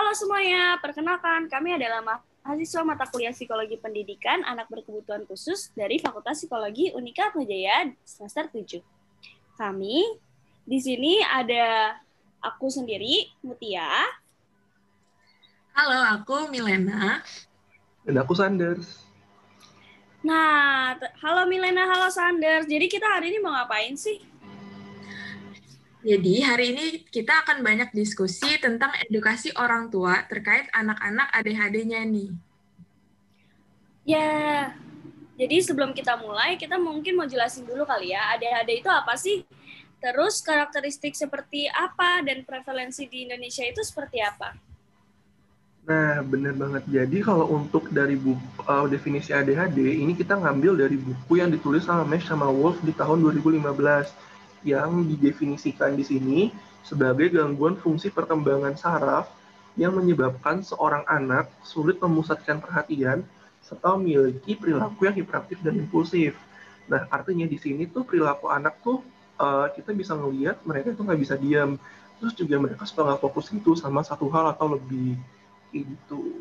Halo semuanya, perkenalkan kami adalah mahasiswa mata kuliah Psikologi Pendidikan Anak Berkebutuhan Khusus dari Fakultas Psikologi Unika Atma Jaya semester 7. Kami di sini ada aku sendiri, Mutia. Halo, aku Milena. Dan aku Sanders. Nah, halo Milena, halo Sanders. Jadi kita hari ini mau ngapain sih? Jadi hari ini kita akan banyak diskusi tentang edukasi orang tua terkait anak-anak ADHD-nya nih. Ya, jadi sebelum kita mulai, kita mungkin mau jelasin dulu kali ya, ADHD itu apa sih? Terus karakteristik seperti apa dan prevalensi di Indonesia itu seperti apa? Nah, benar banget. Jadi kalau untuk dari definisi ADHD, ini kita ngambil dari buku yang ditulis sama Mesh sama Wolf di tahun 2015, yang didefinisikan di sini sebagai gangguan fungsi perkembangan saraf yang menyebabkan seorang anak sulit memusatkan perhatian serta memiliki perilaku yang hiperaktif dan impulsif. Nah, artinya di sini tuh perilaku anak tuh kita bisa ngelihat mereka itu nggak bisa diam. Terus juga mereka suka nggak fokus gitu sama satu hal atau lebih gitu.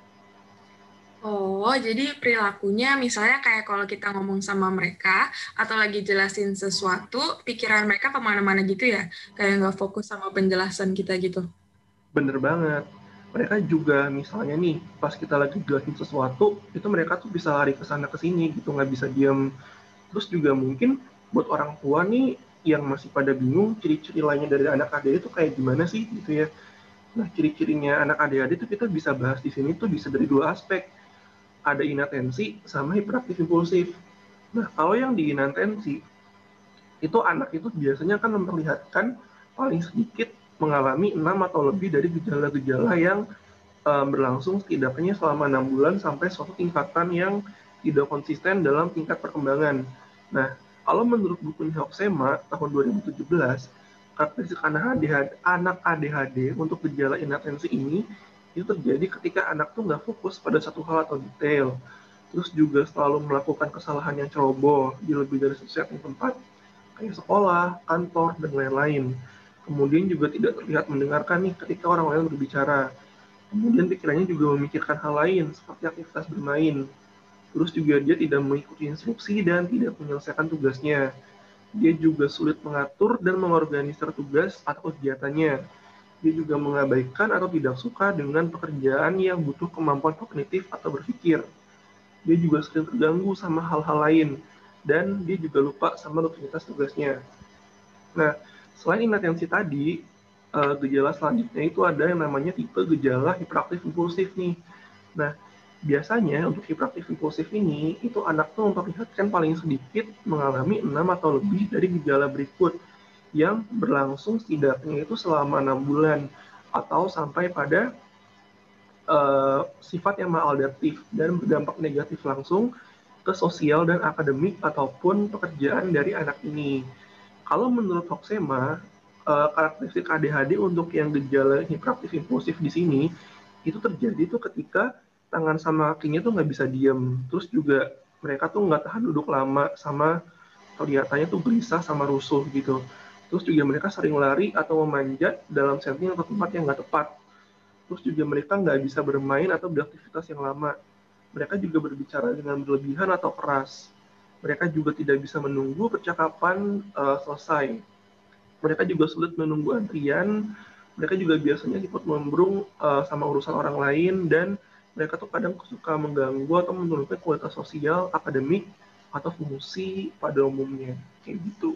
Oh, jadi perilakunya misalnya kayak kalau kita ngomong sama mereka atau lagi jelasin sesuatu, pikiran mereka kemana-mana gitu ya? Kayak nggak fokus sama penjelasan kita gitu. Bener banget. Mereka juga misalnya nih, pas kita lagi jelasin sesuatu, itu mereka tuh bisa lari ke sana ke sini gitu, nggak bisa diam. Terus juga mungkin buat orang tua nih yang masih pada bingung ciri-ciri lainnya dari anak ADHD itu kayak gimana sih gitu ya. Nah, ciri-cirinya anak ADHD itu kita bisa bahas di sini tuh bisa dari dua aspek. Ada inatensi sama hiperaktif impulsif. Nah, kalau yang di inatensi, itu anak itu biasanya kan memperlihatkan paling sedikit mengalami 6 atau lebih dari gejala-gejala yang berlangsung setidaknya selama 6 bulan sampai suatu tingkatan yang tidak konsisten dalam tingkat perkembangan. Nah, kalau menurut buku Hoxema tahun 2017, karakteristik anak ADHD untuk gejala inatensi ini itu terjadi ketika anak tuh nggak fokus pada satu hal atau detail, terus juga selalu melakukan kesalahan yang ceroboh di lebih dari satu tempat, kayak sekolah, kantor, dan lain-lain. Kemudian juga tidak terlihat mendengarkan nih ketika orang lain berbicara. Kemudian pikirannya juga memikirkan hal lain, seperti aktivitas bermain. Terus juga dia tidak mengikuti instruksi dan tidak menyelesaikan tugasnya. Dia juga sulit mengatur dan mengorganisir tugas atau kegiatannya. Dia juga mengabaikan atau tidak suka dengan pekerjaan yang butuh kemampuan kognitif atau berpikir. Dia juga sering terganggu sama hal-hal lain, dan dia juga lupa sama rutinitas tugasnya. Nah, selain inatensi tadi, gejala selanjutnya itu ada yang namanya tipe gejala hiperaktif impulsif nih. Nah, biasanya untuk hiperaktif impulsif ini, itu anak tuh memperlihatkan paling sedikit mengalami 6 atau lebih dari gejala berikut yang berlangsung setidaknya itu selama 6 bulan atau sampai pada sifat yang maladaptif dan berdampak negatif langsung ke sosial dan akademik ataupun pekerjaan dari anak ini. Kalau menurut Hoxema, karakteristik ADHD untuk yang gejala hiperaktif impulsif di sini itu terjadi tuh ketika tangan sama kakinya tuh nggak bisa diem, terus juga mereka tuh nggak tahan duduk lama, sama kelihatannya tuh gelisah sama rusuh gitu. Terus juga mereka sering lari atau memanjat dalam setting atau tempat yang nggak tepat. Terus juga mereka nggak bisa bermain atau beraktivitas yang lama. Mereka juga berbicara dengan berlebihan atau keras. Mereka juga tidak bisa menunggu percakapan selesai. Mereka juga sulit menunggu antrian. Mereka juga biasanya ikut membrung sama urusan orang lain, dan mereka tuh kadang suka mengganggu atau menurunkan kualitas sosial, akademik, atau fungsi pada umumnya. Kayak gitu.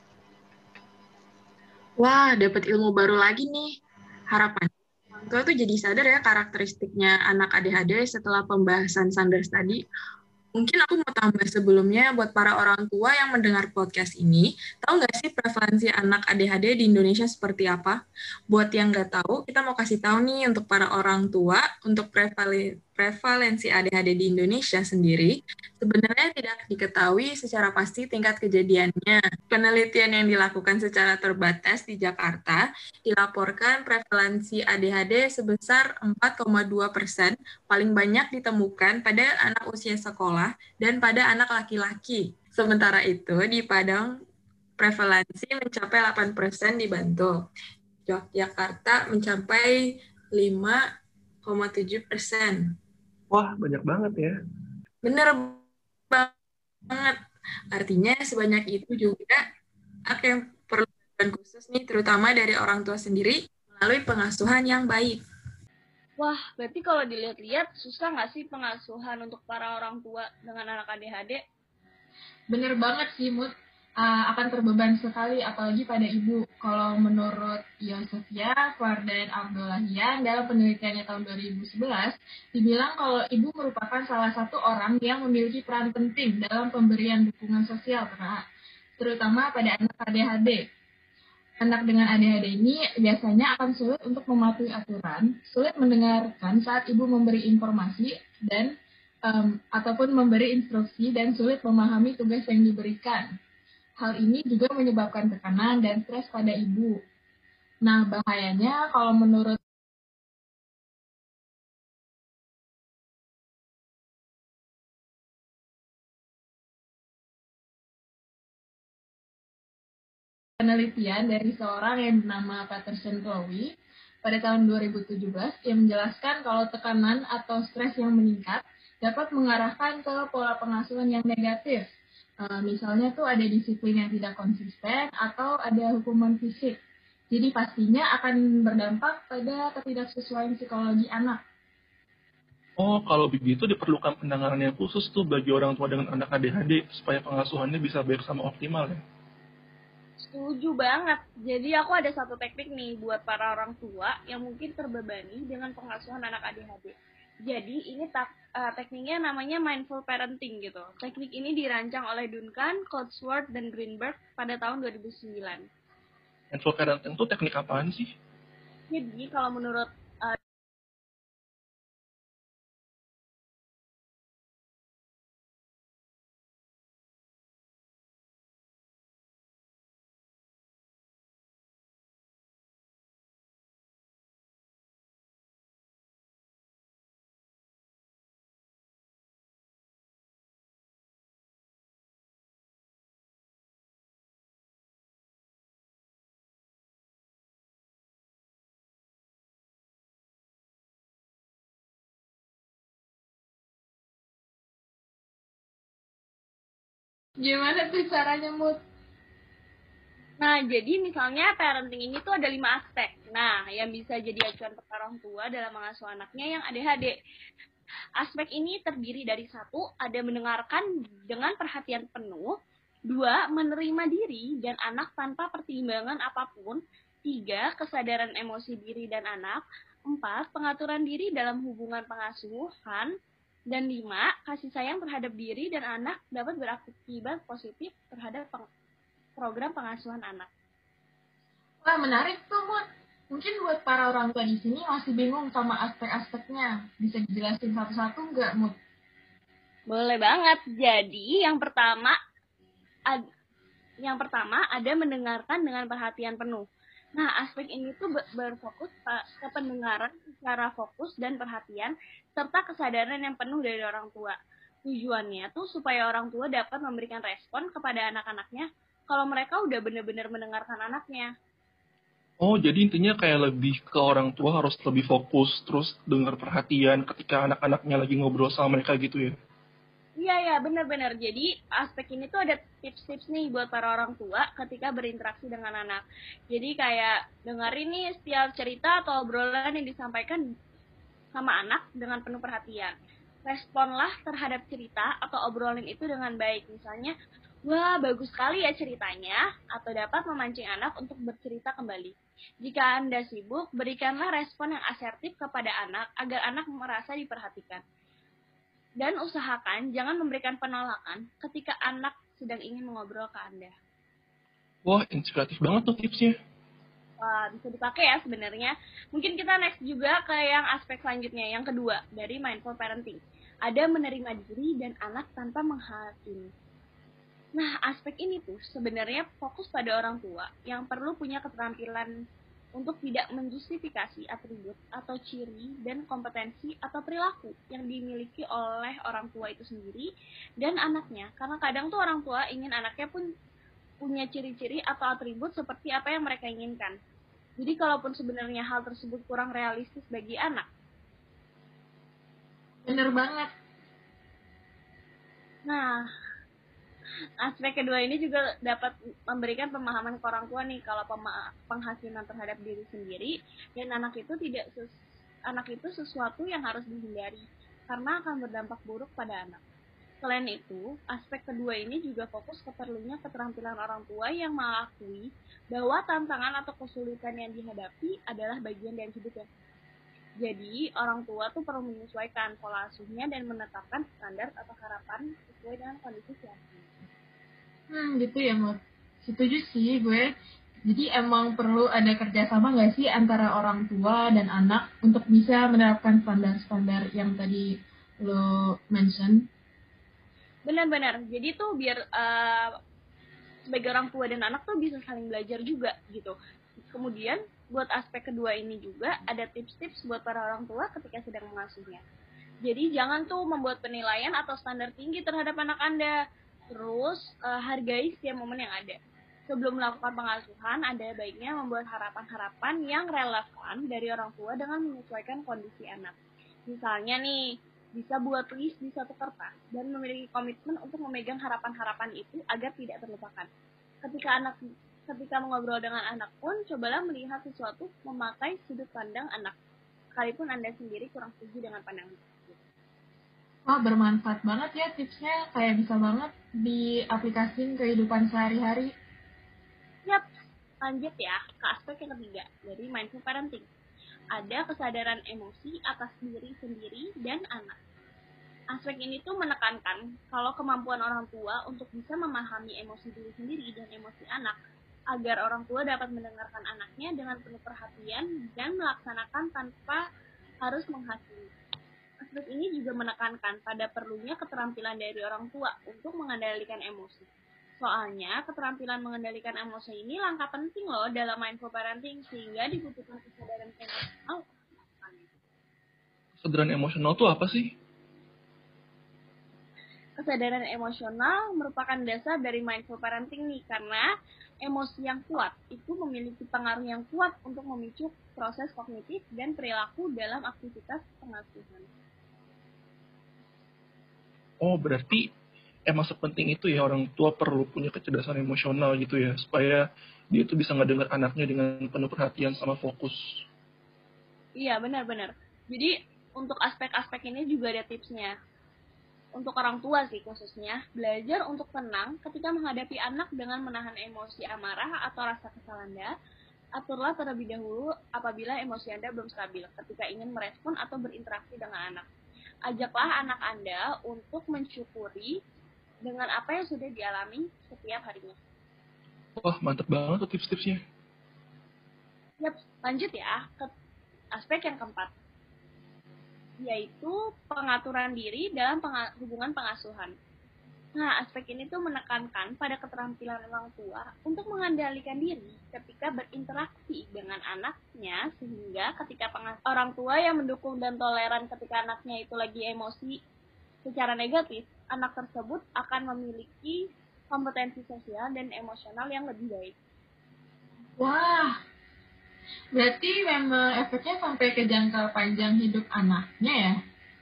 Wah, dapat ilmu baru lagi nih. Harapan orang tua tuh jadi sadar ya karakteristiknya anak ADHD setelah pembahasan Sanders tadi. Mungkin aku mau tambah sebelumnya buat para orang tua yang mendengar podcast ini, tahu nggak sih prevalensi anak ADHD di Indonesia seperti apa? Buat yang nggak tahu, kita mau kasih tahu nih untuk para orang tua, untuk prevalensi ADHD di Indonesia sendiri, sebenarnya tidak diketahui secara pasti tingkat kejadiannya. Penelitian yang dilakukan secara terbatas di Jakarta dilaporkan prevalensi ADHD sebesar 4,2%, paling banyak ditemukan pada anak usia sekolah dan pada anak laki-laki. Sementara itu, di Padang prevalensi mencapai 8% di Bantul. Yogyakarta mencapai 5,7%. Wah, banyak banget ya. Bener banget. Artinya sebanyak itu juga anak yang perlu bantuan khusus nih, terutama dari orang tua sendiri melalui pengasuhan yang baik. Wah, berarti kalau dilihat-lihat susah nggak sih pengasuhan untuk para orang tua dengan anak ADHD? Bener banget sih, Mut. Akan terbeban sekali, apalagi pada ibu. Kalau menurut Yosefia, Fardan Abdullahian, dalam penelitiannya tahun 2011, dibilang kalau ibu merupakan salah satu orang yang memiliki peran penting dalam pemberian dukungan sosial, terutama pada anak ADHD. Anak dengan ADHD ini biasanya akan sulit untuk mematuhi aturan, sulit mendengarkan saat ibu memberi informasi, dan ataupun memberi instruksi, dan sulit memahami tugas yang diberikan. Hal ini juga menyebabkan tekanan dan stres pada ibu. Nah, bahayanya kalau menurut penelitian dari seorang yang bernama Patterson Chloe pada tahun 2017 yang menjelaskan kalau tekanan atau stres yang meningkat dapat mengarahkan ke pola pengasuhan yang negatif. Misalnya tuh ada disiplin yang tidak konsisten atau ada hukuman fisik. Jadi pastinya akan berdampak pada ketidaksesuaian psikologi anak. Oh, kalau begitu diperlukan penanganan yang khusus tuh bagi orang tua dengan anak ADHD supaya pengasuhannya bisa baik sama optimal ya. Setuju banget. Jadi aku ada satu teknik nih buat para orang tua yang mungkin terbebani dengan pengasuhan anak ADHD. Jadi ini tekniknya namanya mindful parenting gitu. Teknik ini dirancang oleh Duncan, Coatsworth, dan Greenberg pada tahun 2009. Mindful parenting itu teknik apaan sih? Jadi kalau menurut Gimana tuh caranya, Mut? Nah, jadi misalnya parenting ini tuh ada 5 aspek. Nah, yang bisa jadi acuan untuk orang tua dalam mengasuh anaknya yang ADHD. Aspek ini terdiri dari 1, ada mendengarkan dengan perhatian penuh. 2, menerima diri dan anak tanpa pertimbangan apapun. 3, kesadaran emosi diri dan anak. 4, pengaturan diri dalam hubungan pengasuhan. Dan 5, kasih sayang terhadap diri dan anak dapat berakibat positif terhadap program pengasuhan anak. Wah, menarik tuh, Mut. Mungkin buat para orang tua di sini masih bingung sama aspek-aspeknya. Bisa dijelasin satu-satu nggak, Mut? Boleh banget. Jadi, yang pertama ada mendengarkan dengan perhatian penuh. Nah, aspek ini tuh berfokus ke pendengaran secara fokus dan perhatian, serta kesadaran yang penuh dari orang tua. Tujuannya tuh supaya orang tua dapat memberikan respon kepada anak-anaknya kalau mereka udah benar-benar mendengarkan anaknya. Oh, jadi intinya kayak lebih ke orang tua harus lebih fokus, terus dengar perhatian ketika anak-anaknya lagi ngobrol sama mereka gitu ya? Iya, benar-benar. Jadi aspek ini tuh ada tips-tips nih buat para orang tua ketika berinteraksi dengan anak. Jadi kayak dengerin nih setiap cerita atau obrolan yang disampaikan sama anak dengan penuh perhatian. Responlah terhadap cerita atau obrolan itu dengan baik. Misalnya, wah bagus sekali ya ceritanya, atau dapat memancing anak untuk bercerita kembali. Jika Anda sibuk, berikanlah respon yang asertif kepada anak agar anak merasa diperhatikan. Dan usahakan jangan memberikan penolakan ketika anak sedang ingin mengobrol ke Anda. Wah, inspiratif banget tuh tipsnya. Wah, bisa dipakai ya sebenarnya. Mungkin kita next juga ke yang aspek selanjutnya, yang kedua dari mindful parenting. Ada menerima diri dan anak tanpa menghakimi. Nah, aspek ini tuh sebenarnya fokus pada orang tua yang perlu punya keterampilan untuk tidak menjustifikasi atribut atau ciri dan kompetensi atau perilaku yang dimiliki oleh orang tua itu sendiri dan anaknya. Karena kadang tuh orang tua ingin anaknya pun punya ciri-ciri atau atribut seperti apa yang mereka inginkan. Jadi kalaupun sebenarnya hal tersebut kurang realistis bagi anak. Bener banget. Nah, aspek kedua ini juga dapat memberikan pemahaman ke orang tua nih kalau penghakiman terhadap diri sendiri dan anak itu sesuatu yang harus dihindari karena akan berdampak buruk pada anak. Selain itu, aspek kedua ini juga fokus ke perlunya keterampilan orang tua yang mengakui bahwa tantangan atau kesulitan yang dihadapi adalah bagian dari hidupnya. Jadi, orang tua tuh perlu menyesuaikan pola asuhnya dan menetapkan standar atau harapan sesuai dengan kondisi situasi. Gitu ya, Mut. Setuju sih gue. Jadi emang perlu ada kerjasama nggak sih antara orang tua dan anak untuk bisa menerapkan standar-standar yang tadi lo mention? Benar-benar. Jadi tuh biar sebagai orang tua dan anak tuh bisa saling belajar juga gitu. Kemudian buat aspek kedua ini juga ada tips-tips buat para orang tua ketika sedang mengasuhnya. Jadi jangan tuh membuat penilaian atau standar tinggi terhadap anak Anda. Terus hargai setiap momen yang ada. Sebelum melakukan pengasuhan, ada baiknya membuat harapan-harapan yang relevan dari orang tua dengan menyesuaikan kondisi anak. Misalnya nih, bisa buat list di satu kertas dan memiliki komitmen untuk memegang harapan-harapan itu agar tidak terlupakan. Ketika mengobrol dengan anak pun, cobalah melihat sesuatu memakai sudut pandang anak, sekalipun Anda sendiri kurang setuju dengan pandangan tersebut. Wah, bermanfaat banget ya tipsnya, kayak bisa banget diaplikasiin kehidupan sehari-hari. Yap, lanjut ya ke aspek yang ketiga dari mindful parenting. Ada kesadaran emosi atas diri sendiri dan anak. Aspek ini tuh menekankan kalau kemampuan orang tua untuk bisa memahami emosi diri sendiri dan emosi anak, agar orang tua dapat mendengarkan anaknya dengan penuh perhatian dan melaksanakan tanpa harus menghakimi. Aspek ini juga menekankan pada perlunya keterampilan dari orang tua untuk mengendalikan emosi. Soalnya, keterampilan mengendalikan emosi ini langkah penting loh dalam mindful parenting, sehingga dibutuhkan kesadaran emosional. Kesadaran emosional itu apa sih? Kesadaran emosional merupakan dasar dari mindful parenting nih, karena emosi yang kuat itu memiliki pengaruh yang kuat untuk memicu proses kognitif dan perilaku dalam aktivitas pengasuhan. Oh, berarti emang sepenting itu ya orang tua perlu punya kecerdasan emosional gitu ya, supaya dia tuh bisa ngedengar anaknya dengan penuh perhatian sama fokus. Iya, benar-benar. Jadi, untuk aspek-aspek ini juga ada tipsnya. Untuk orang tua sih khususnya, belajar untuk tenang ketika menghadapi anak dengan menahan emosi amarah atau rasa kesal Anda. Aturlah terlebih dahulu apabila emosi Anda belum stabil ketika ingin merespon atau berinteraksi dengan anak. Ajaklah anak Anda untuk mensyukuri dengan apa yang sudah dialami setiap harinya. Wah, mantep banget tuh tips-tipsnya. Yap, lanjut ya ke aspek yang keempat, yaitu pengaturan diri dalam hubungan pengasuhan. Nah, aspek ini tuh menekankan pada keterampilan orang tua untuk mengendalikan diri ketika berinteraksi dengan anaknya, sehingga ketika orang tua yang mendukung dan toleran ketika anaknya itu lagi emosi secara negatif, anak tersebut akan memiliki kompetensi sosial dan emosional yang lebih baik. Wah, berarti memang efeknya sampai ke jangka panjang hidup anaknya ya?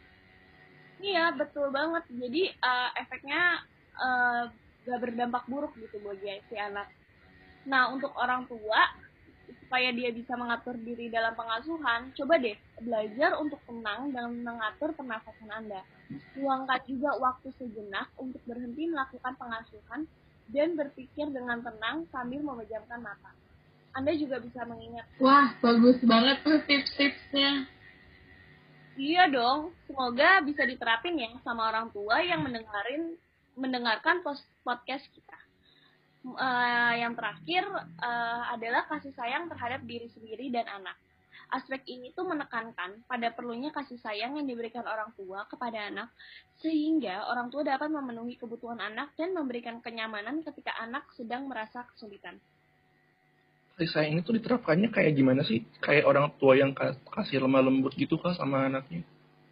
Iya, betul banget. Jadi efeknya gak berdampak buruk gitu bagi si anak. Nah, untuk orang tua, supaya dia bisa mengatur diri dalam pengasuhan, coba deh belajar untuk tenang dan mengatur pernafasan Anda. Luangkan juga waktu sejenak untuk berhenti melakukan pengasuhan dan berpikir dengan tenang sambil memejamkan mata. Anda juga bisa mengingat. Wah, bagus banget tuh tips-tipsnya. Iya dong, semoga bisa diterapin ya sama orang tua yang mendengarkan podcast kita. Yang terakhir adalah kasih sayang terhadap diri sendiri dan anak. Aspek ini tuh menekankan pada perlunya kasih sayang yang diberikan orang tua kepada anak, sehingga orang tua dapat memenuhi kebutuhan anak dan memberikan kenyamanan ketika anak sedang merasa kesulitan. Kasih sayang itu diterapkannya kayak gimana sih? Kayak orang tua yang kasih lemah lembut gitu kah sama anaknya?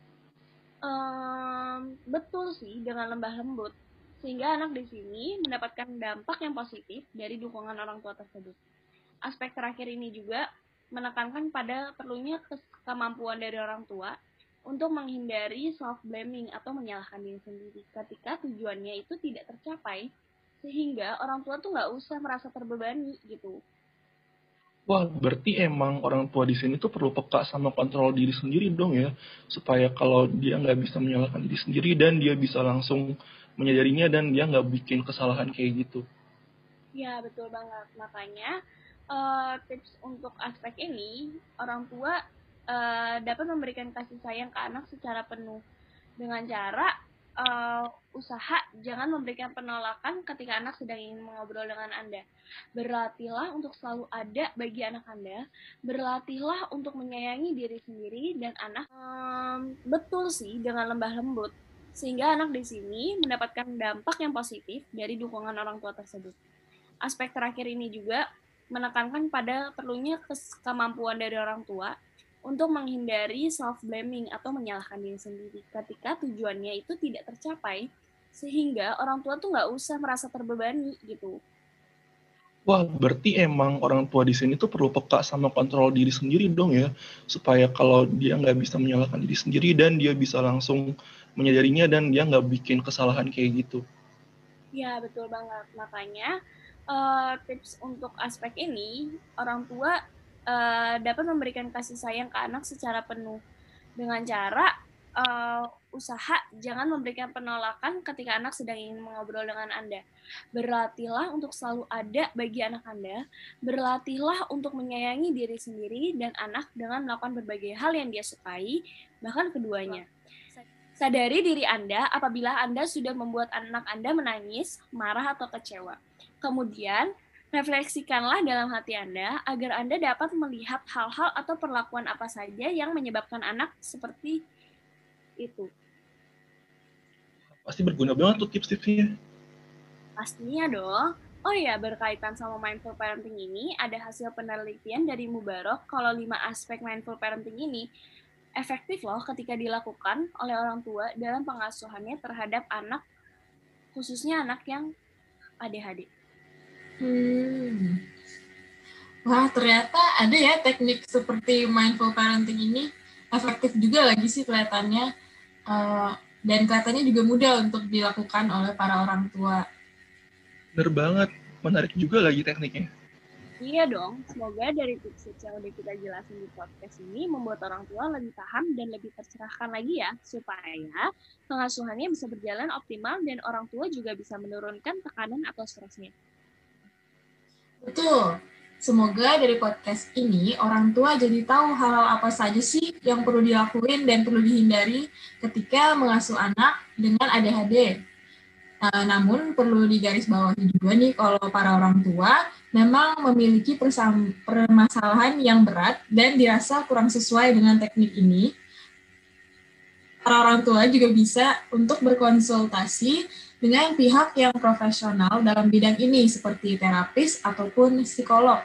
Betul sih, dengan lembah lembut. Sehingga anak di sini mendapatkan dampak yang positif dari dukungan orang tua tersebut. Aspek terakhir ini juga menekankan pada perlunya kemampuan dari orang tua untuk menghindari self-blaming atau menyalahkan diri sendiri ketika tujuannya itu tidak tercapai, sehingga orang tua tuh nggak usah merasa terbebani gitu. Wah, berarti emang orang tua di sini tuh perlu peka sama kontrol diri sendiri dong ya, supaya kalau dia nggak bisa menyalahkan diri sendiri dan dia bisa langsung menyadarinya dan dia nggak bikin kesalahan kayak gitu. Ya, betul banget. Makanya tips untuk aspek ini, orang tua dapat memberikan kasih sayang ke anak secara penuh dengan cara usaha jangan memberikan penolakan ketika anak sedang ingin mengobrol dengan Anda. Berlatihlah untuk selalu ada bagi anak Anda. Berlatihlah untuk menyayangi diri sendiri dan anak. Betul sih, dengan lembah lembut. Sehingga anak di sini mendapatkan dampak yang positif dari dukungan orang tua tersebut. Aspek terakhir ini juga menekankan pada perlunya kemampuan dari orang tua untuk menghindari self-blaming atau menyalahkan diri sendiri ketika tujuannya itu tidak tercapai, sehingga orang tua tuh nggak usah merasa terbebani gitu. Wah, berarti emang orang tua di sini tuh perlu peka sama kontrol diri sendiri dong ya, supaya kalau dia nggak bisa menyalahkan diri sendiri dan dia bisa langsung menyadarinya dan dia nggak bikin kesalahan kayak gitu. Ya, betul banget. Makanya tips untuk aspek ini, orang tua dapat memberikan kasih sayang ke anak secara penuh dengan cara usaha jangan memberikan penolakan ketika anak sedang ingin mengobrol dengan Anda. Berlatihlah untuk selalu ada bagi anak Anda. Berlatihlah untuk menyayangi diri sendiri dan anak dengan melakukan berbagai hal yang dia sukai, bahkan keduanya. Sadari diri Anda apabila Anda sudah membuat anak Anda menangis, marah, atau kecewa. Kemudian, refleksikanlah dalam hati Anda agar Anda dapat melihat hal-hal atau perlakuan apa saja yang menyebabkan anak seperti itu. Pasti berguna banget tuh tips-tipsnya. Pastinya dong. Oh iya, berkaitan sama mindful parenting ini, ada hasil penelitian dari Mubarok kalau 5 aspek mindful parenting ini efektif loh ketika dilakukan oleh orang tua dalam pengasuhannya terhadap anak, khususnya anak yang ADHD. Wah, ternyata ada ya teknik seperti mindful parenting ini. Efektif juga lagi sih kelihatannya. Dan kelihatannya juga mudah untuk dilakukan oleh para orang tua. Bener banget, menarik juga lagi tekniknya. Iya dong, semoga dari tips-tips yang udah kita jelasin di podcast ini membuat orang tua lebih paham dan lebih tercerahkan lagi ya, supaya pengasuhannya bisa berjalan optimal dan orang tua juga bisa menurunkan tekanan atau stresnya. Betul. Semoga dari podcast ini orang tua jadi tahu hal-hal apa saja sih yang perlu dilakuin dan perlu dihindari ketika mengasuh anak dengan ADHD. Namun perlu digarisbawahi juga nih kalau para orang tua memang memiliki permasalahan yang berat dan dirasa kurang sesuai dengan teknik ini. Para orang tua juga bisa untuk berkonsultasi dengan pihak yang profesional dalam bidang ini seperti terapis ataupun psikolog.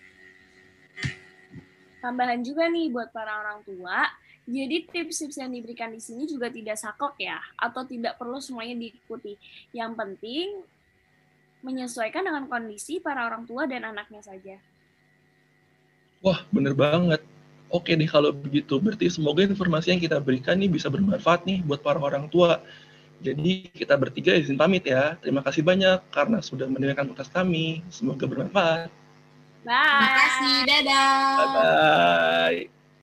Tambahan juga nih buat para orang tua, jadi tips-tips yang diberikan di sini juga tidak saklek ya, atau tidak perlu semuanya diikuti. Yang penting menyesuaikan dengan kondisi para orang tua dan anaknya saja. Wah, bener banget. Oke deh kalau begitu, berarti semoga informasi yang kita berikan nih bisa bermanfaat nih buat para orang tua. Jadi kita bertiga izin pamit ya. Terima kasih banyak karena sudah mendengarkan podcast kami. Semoga bermanfaat. Bye. Terima kasih, dadah. Bye-bye.